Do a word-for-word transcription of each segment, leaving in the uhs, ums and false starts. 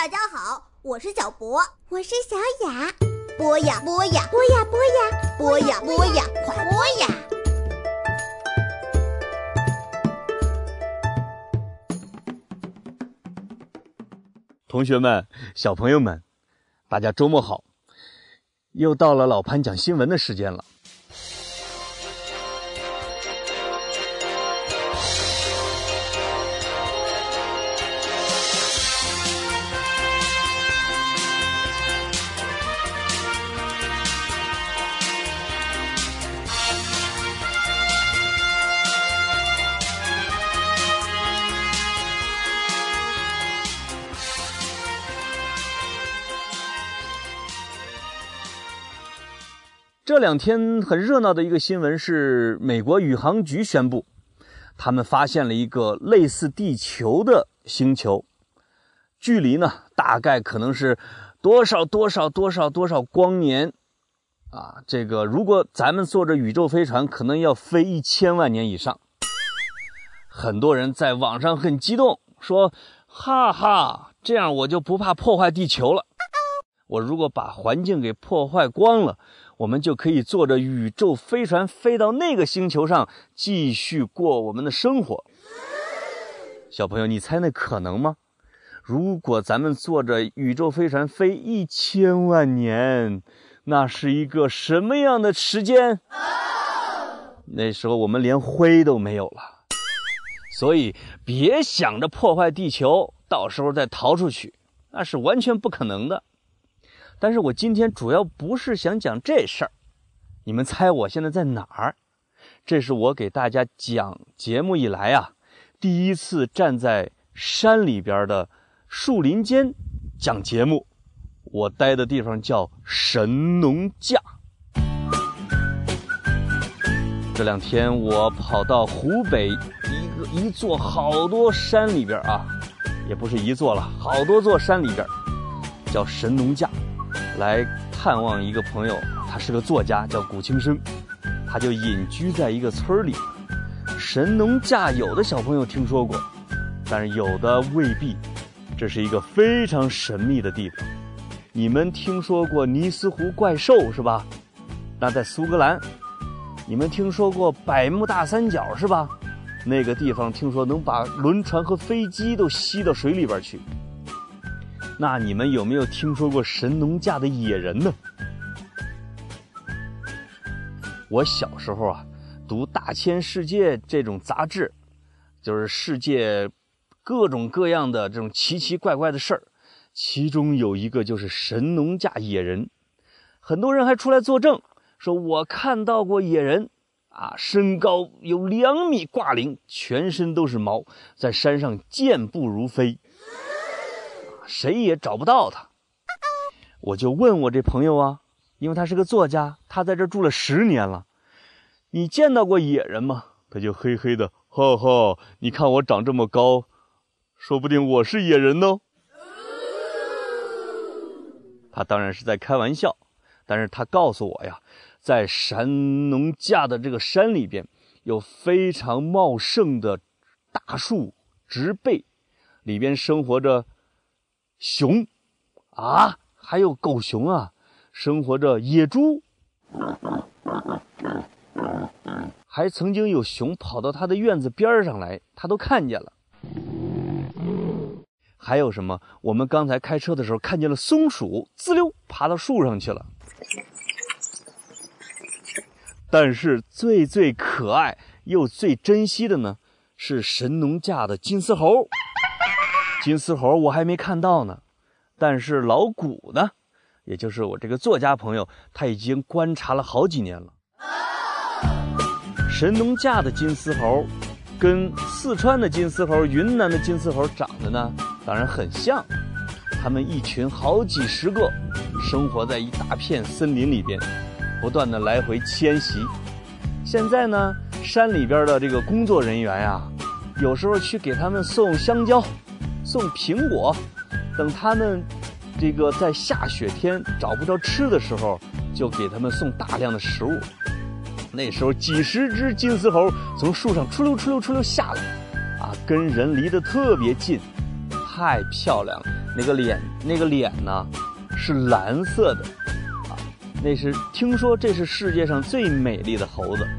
大家好，我是小博， 我是小雅。 播呀播呀， 播呀播呀， 播呀播呀，快播呀！ 同学们、小朋友们，大家周末好！又到了老潘讲新闻的时间了。这两天很热闹的一个新闻是，美国宇航局宣布，他们发现了一个类似地球的星球，距离呢大概可能是多少多少多少多少光年啊！这个如果咱们坐着宇宙飞船，可能要飞一千万年以上。很多人在网上很激动，说：“哈哈，这样我就不怕破坏地球了。我如果把环境给破坏光了，我们就可以坐着宇宙飞船飞到那个星球上，继续过我们的生活。”小朋友，你猜那可能吗？如果咱们坐着宇宙飞船飞一千万年，那是一个什么样的时间？那时候我们连灰都没有了。所以别想着破坏地球，到时候再逃出去，那是完全不可能的。但是我今天主要不是想讲这事儿，你们猜我现在在哪儿？这是我给大家讲节目以来啊，第一次站在山里边的树林间讲节目。我待的地方叫神农架。这两天我跑到湖北一个一座好多山里边啊，也不是一座了，好多座山里边，叫神农架。来探望一个朋友，他是个作家，叫谷清生，他就隐居在一个村里。神农架有的小朋友听说过，但是有的未必。这是一个非常神秘的地方。你们听说过尼斯湖怪兽是吧？那在苏格兰。你们听说过百慕大三角是吧？那个地方听说能把轮船和飞机都吸到水里边去。那你们有没有听说过神农架的野人呢？我小时候啊，读《大千世界》这种杂志，就是世界各种各样的这种奇奇怪怪的事儿，其中有一个就是神农架野人。很多人还出来作证，说我看到过野人啊，身高有两米挂零，全身都是毛，在山上健步如飞。谁也找不到他。我就问我这朋友啊，因为他是个作家，他在这住了十年了，你见到过野人吗？他就嘿嘿的，哈哈，你看我长这么高，说不定我是野人呢。他当然是在开玩笑，但是他告诉我呀，在神农架的这个山里边，有非常茂盛的大树植被，里边生活着熊啊，还有狗熊啊，生活着野猪，还曾经有熊跑到他的院子边上来，他都看见了。还有什么？我们刚才开车的时候看见了松鼠，滋溜爬到树上去了。但是最最可爱又最珍惜的呢，是神农架的金丝猴。金丝猴我还没看到呢，但是老谷呢，也就是我这个作家朋友，他已经观察了好几年了。神农架的金丝猴跟四川的金丝猴、云南的金丝猴长得呢，当然很像。他们一群好几十个，生活在一大片森林里边，不断的来回迁徙。现在呢，山里边的这个工作人员呀，有时候去给他们送香蕉、送苹果，等他们这个在下雪天找不着吃的时候，就给他们送大量的食物。那时候几十只金丝猴从树上出溜出溜出溜下来，啊，跟人离得特别近，太漂亮了。 那个脸那个脸呢是蓝色的啊，那是听说这是世界上最美丽的猴子。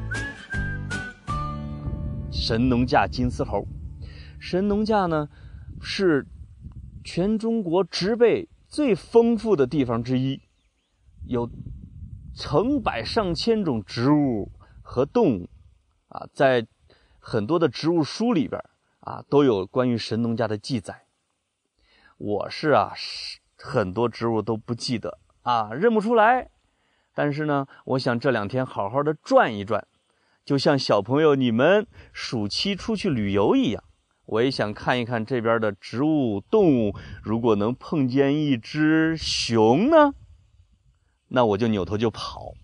神农架金丝猴，神农架呢是全中国植被最丰富的地方之一，有成百上千种植物和动物啊，在很多的植物书里边啊都有关于神农架的记载。我是啊很多植物都不记得啊，认不出来，但是呢我想这两天好好的转一转，就像小朋友你们暑期出去旅游一样，我也想看一看这边的植物动物，如果能碰见一只熊呢，那我就扭头就跑。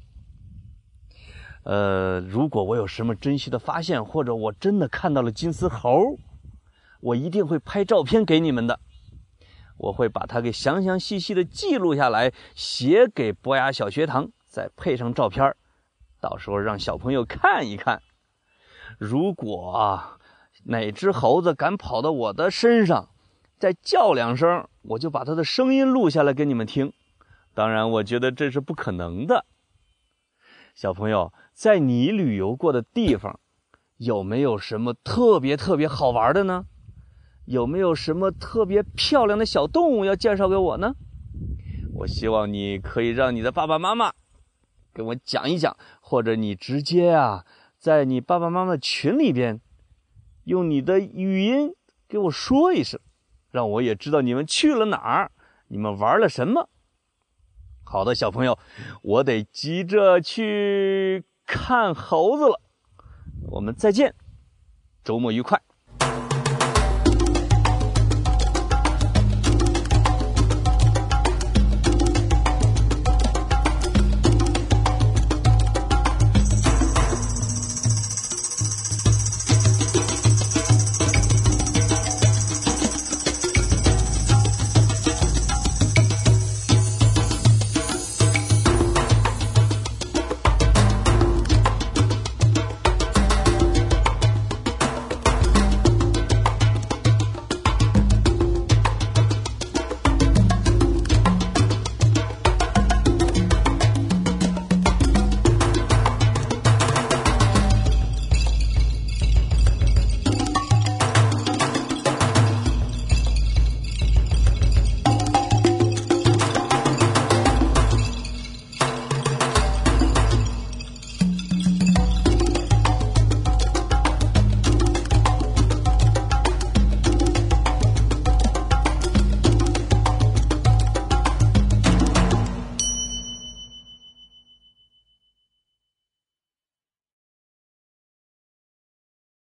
呃，如果我有什么珍稀的发现，或者我真的看到了金丝猴，我一定会拍照片给你们的。我会把它给详详细细的记录下来，写给博雅小学堂，再配上照片，到时候让小朋友看一看。如果啊哪只猴子敢跑到我的身上，再叫两声，我就把它的声音录下来给你们听。当然我觉得这是不可能的。小朋友，在你旅游过的地方，有没有什么特别特别好玩的呢？有没有什么特别漂亮的小动物要介绍给我呢？我希望你可以让你的爸爸妈妈跟我讲一讲，或者你直接啊在你爸爸妈妈群里边用你的语音给我说一声，让我也知道你们去了哪儿，你们玩了什么。好的，小朋友，我得急着去看猴子了。我们再见，周末愉快。